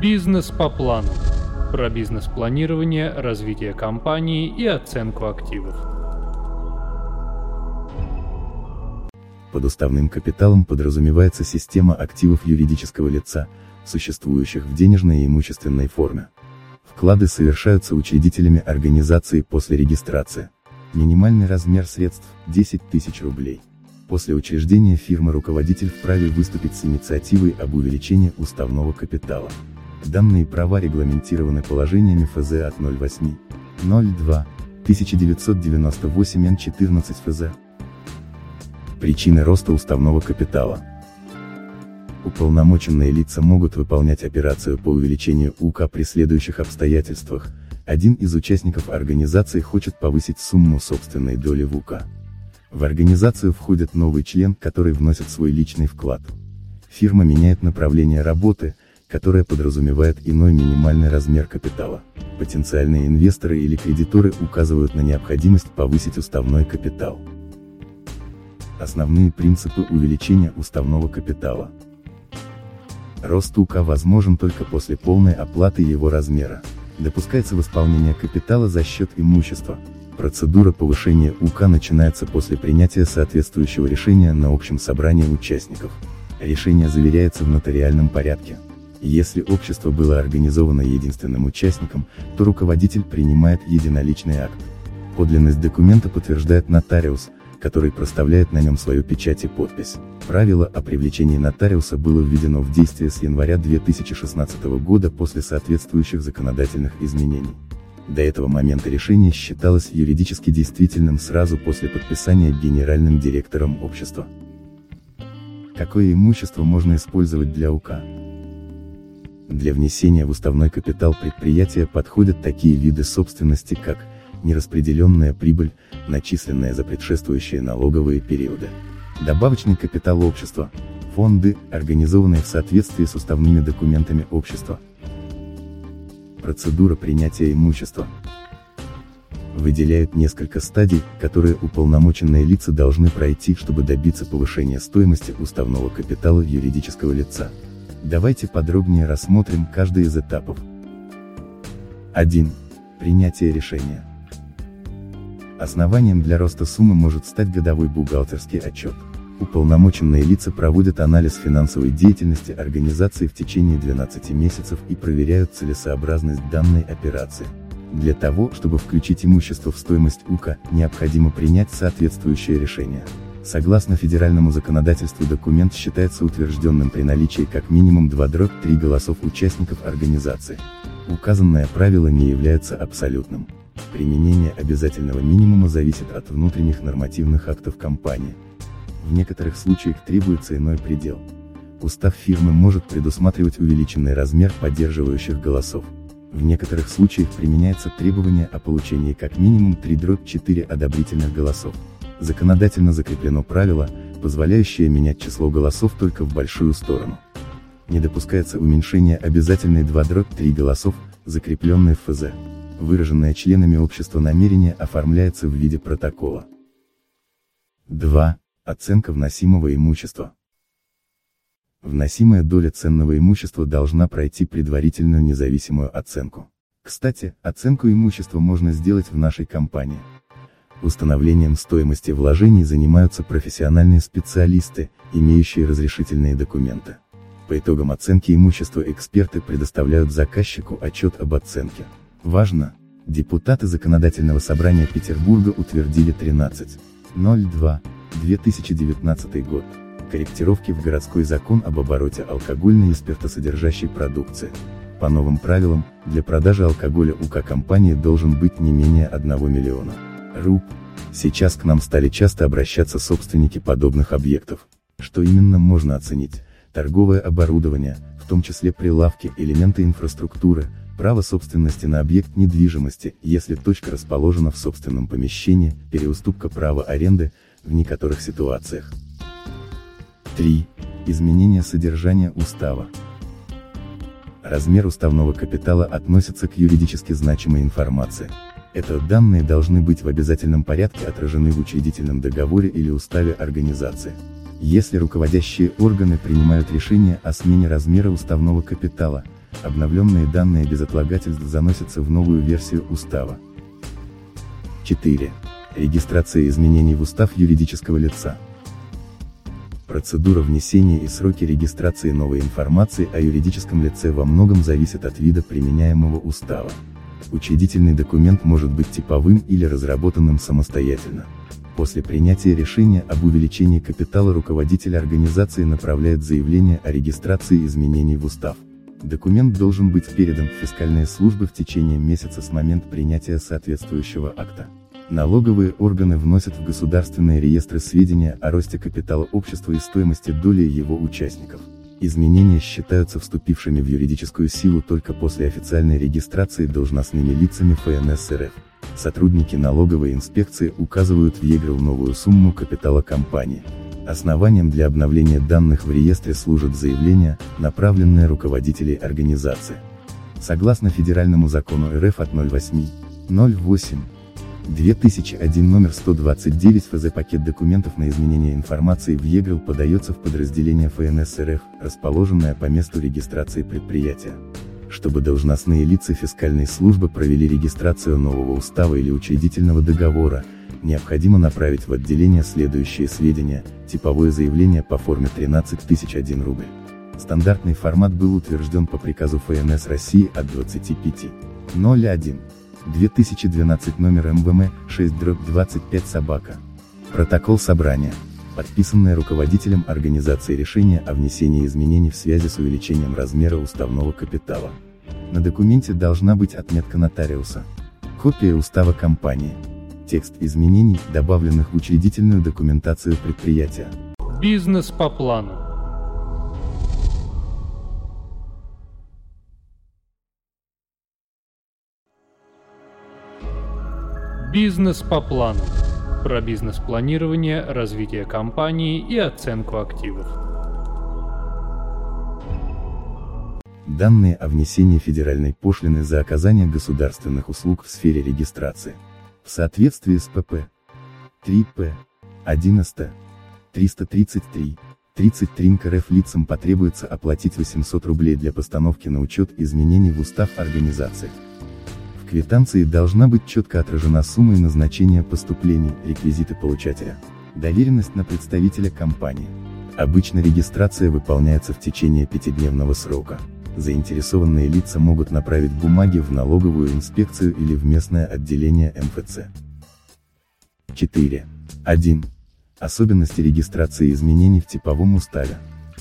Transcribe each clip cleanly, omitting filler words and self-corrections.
Бизнес по плану. Про бизнес-планирование, развитие компании и оценку активов. Под уставным капиталом подразумевается система активов юридического лица, существующих в денежной и имущественной форме. Вклады совершаются учредителями организации после регистрации. Минимальный размер средств – 10 тысяч рублей. После учреждения фирмы руководитель вправе выступить с инициативой об увеличении уставного капитала. Данные права регламентированы положениями ФЗ от 08.02.1998 Н14 ФЗ. Причины роста уставного капитала. Уполномоченные лица могут выполнять операцию по увеличению УК при следующих обстоятельствах. Один из участников организации хочет повысить сумму собственной доли в УК. В организацию входит новый член, который вносит свой личный вклад. Фирма меняет направление работы, которое подразумевает иной минимальный размер капитала. Потенциальные инвесторы или кредиторы указывают на необходимость повысить уставной капитал. Основные принципы увеличения уставного капитала. Рост УК возможен только после полной оплаты его размера. Допускается восполнение капитала за счет имущества. Процедура повышения УК начинается после принятия соответствующего решения на общем собрании участников. Решение заверяется в нотариальном порядке. Если общество было организовано единственным участником, то руководитель принимает единоличный акт. Подлинность документа подтверждает нотариус, который проставляет на нем свою печать и подпись. Правило о привлечении нотариуса было введено в действие с января 2016 года после соответствующих законодательных изменений. До этого момента решение считалось юридически действительным сразу после подписания генеральным директором общества. Какое имущество можно использовать для УК? Для внесения в уставной капитал предприятия подходят такие виды собственности, как нераспределенная прибыль, начисленная за предшествующие налоговые периоды, добавочный капитал общества, фонды, организованные в соответствии с уставными документами общества. Процедура принятия имущества. Выделяют несколько стадий, которые уполномоченные лица должны пройти, чтобы добиться повышения стоимости уставного капитала юридического лица. Давайте подробнее рассмотрим каждый из этапов. 1. Принятие решения. Основанием для роста суммы может стать годовой бухгалтерский отчет. Уполномоченные лица проводят анализ финансовой деятельности организации в течение 12 месяцев и проверяют целесообразность данной операции. Для того, чтобы включить имущество в стоимость УК, необходимо принять соответствующее решение. Согласно федеральному законодательству документ считается утвержденным при наличии как минимум 2/3 голосов участников организации. Указанное правило не является абсолютным. Применение обязательного минимума зависит от внутренних нормативных актов компании. В некоторых случаях требуется иной предел. Устав фирмы может предусматривать увеличенный размер поддерживающих голосов. В некоторых случаях применяется требование о получении как минимум 3/4 одобрительных голосов. Законодательно закреплено правило, позволяющее менять число голосов только в большую сторону. Не допускается уменьшение обязательной 2/3 голосов, закрепленной в ФЗ. Выраженное членами общества намерение оформляется в виде протокола. 2. Оценка вносимого имущества. Вносимая доля ценного имущества должна пройти предварительную независимую оценку. Кстати, оценку имущества можно сделать в нашей компании. Установлением стоимости вложений занимаются профессиональные специалисты, имеющие разрешительные документы. По итогам оценки имущества эксперты предоставляют заказчику отчет об оценке. Важно! Депутаты Законодательного собрания Петербурга утвердили 13.02.2019 год. Корректировки в городской закон об обороте алкогольной и спиртосодержащей продукции. По новым правилам, для продажи алкоголя УК компании должен быть не менее 1 миллиона руб. Сейчас к нам стали часто обращаться собственники подобных объектов. Что именно можно оценить? Торговое оборудование, в том числе прилавки, элементы инфраструктуры, право собственности на объект недвижимости, если точка расположена в собственном помещении, переуступка права аренды, в некоторых ситуациях. 3. Изменение содержания устава. Размер уставного капитала относится к юридически значимой информации. Это данные должны быть в обязательном порядке отражены в учредительном договоре или уставе организации. Если руководящие органы принимают решение о смене размера уставного капитала, обновленные данные без отлагательств заносятся в новую версию устава. 4. Регистрация изменений в устав юридического лица. Процедура внесения и сроки регистрации новой информации о юридическом лице во многом зависят от вида применяемого устава. Учредительный документ может быть типовым или разработанным самостоятельно. После принятия решения об увеличении капитала руководитель организации направляет заявление о регистрации изменений в устав. Документ должен быть передан в фискальные службы в течение месяца с момента принятия соответствующего акта. Налоговые органы вносят в государственные реестры сведения о росте капитала общества и стоимости доли его участников. Изменения считаются вступившими в юридическую силу только после официальной регистрации должностными лицами ФНС РФ. Сотрудники налоговой инспекции указывают в ЕГРЛ новую сумму капитала компании. Основанием для обновления данных в реестре служит заявление, направленное руководителей организации. Согласно Федеральному закону РФ от 08.08.2001 номер 129 ФЗ, пакет документов на изменение информации в ЕГРЛ подается в подразделение ФНС РФ, расположенное по месту регистрации предприятия. Чтобы должностные лица фискальной службы провели регистрацию нового устава или учредительного договора, необходимо направить в отделение следующие сведения: типовое заявление по форме 13001 рубль. Стандартный формат был утвержден по приказу ФНС России от 25.01.2012 номер МВМ 6/25 . Протокол собрания, подписанное руководителем организации решение о внесении изменений в связи с увеличением размера уставного капитала. На документе должна быть отметка нотариуса. Копия устава компании. Текст изменений, добавленных в учредительную документацию предприятия. Бизнес по плану. Бизнес по плану. Про бизнес-планирование, развитие компании и оценку активов. Данные о внесении федеральной пошлины за оказание государственных услуг в сфере регистрации. В соответствии с ПП 3П 11 333 33 НК РФ лицам потребуется оплатить 800 рублей для постановки на учет изменений в устав организации. В квитанции должна быть четко отражена сумма и назначение поступлений, реквизиты получателя, доверенность на представителя компании. Обычно регистрация выполняется в течение 5-дневного срока. Заинтересованные лица могут направить бумаги в налоговую инспекцию или в местное отделение МФЦ. 4. 1. Особенности регистрации изменений в типовом уставе.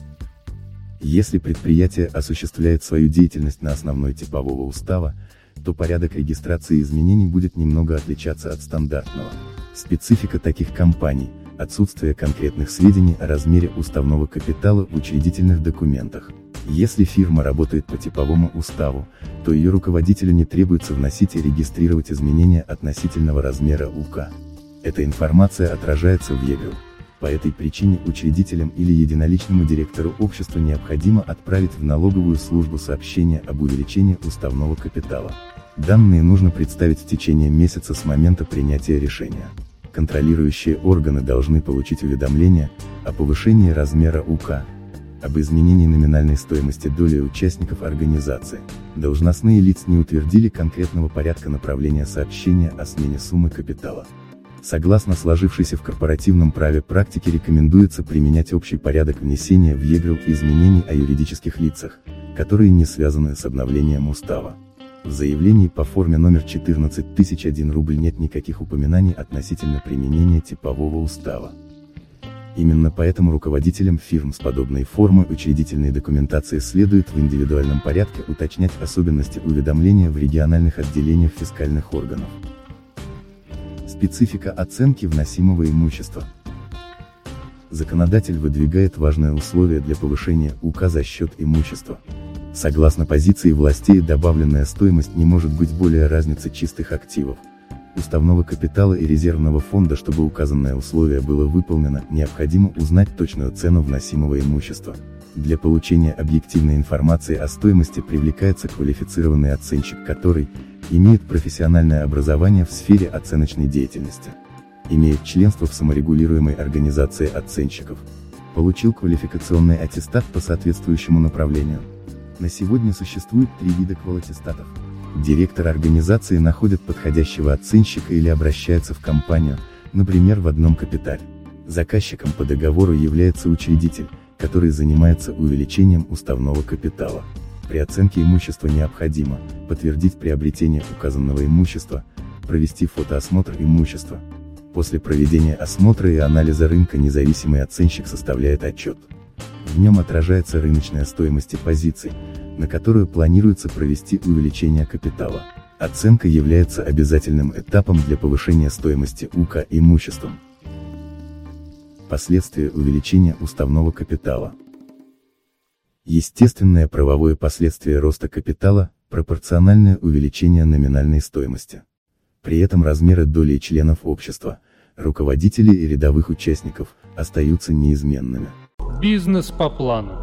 Если предприятие осуществляет свою деятельность на основной типового устава, то порядок регистрации изменений будет немного отличаться от стандартного. Специфика таких компаний – отсутствие конкретных сведений о размере уставного капитала в учредительных документах. Если фирма работает по типовому уставу, то ее руководителю не требуется вносить и регистрировать изменения относительного размера УК. Эта информация отражается в ЕГРЛ. По этой причине учредителям или единоличному директору общества необходимо отправить в налоговую службу сообщение об увеличении уставного капитала. Данные нужно представить в течение месяца с момента принятия решения. Контролирующие органы должны получить уведомление о повышении размера УК, об изменении номинальной стоимости доли участников организации. Должностные лица не утвердили конкретного порядка направления сообщения о смене суммы капитала. Согласно сложившейся в корпоративном праве практике, рекомендуется применять общий порядок внесения в ЕГРЛ изменений о юридических лицах, которые не связаны с обновлением устава. В заявлении по форме номер 14001 рубль нет никаких упоминаний относительно применения типового устава. Именно поэтому руководителям фирм с подобной формой учредительной документации следует в индивидуальном порядке уточнять особенности уведомления в региональных отделениях фискальных органов. Специфика оценки вносимого имущества. Законодатель выдвигает важное условие для повышения УК за счет имущества. Согласно позиции властей, добавленная стоимость не может быть более разницы чистых активов, уставного капитала и резервного фонда. Чтобы указанное условие было выполнено, необходимо узнать точную цену вносимого имущества. Для получения объективной информации о стоимости привлекается квалифицированный оценщик, который имеет профессиональное образование в сфере оценочной деятельности, имеет членство в саморегулируемой организации оценщиков, получил квалификационный аттестат по соответствующему направлению. На сегодня существует 3 вида квалаттестатов. Директор организации находит подходящего оценщика или обращается в компанию, например, в одном капитале. Заказчиком по договору является учредитель, который занимается увеличением уставного капитала. При оценке имущества необходимо подтвердить приобретение указанного имущества, провести фотоосмотр имущества. После проведения осмотра и анализа рынка независимый оценщик составляет отчет. В нем отражается рыночная стоимость позиций, на которую планируется провести увеличение капитала. Оценка является обязательным этапом для повышения стоимости УК имуществом. Последствия увеличения уставного капитала. Естественное правовое последствие роста капитала – пропорциональное увеличение номинальной стоимости. При этом размеры доли членов общества, руководителей и рядовых участников остаются неизменными. Бизнес по плану.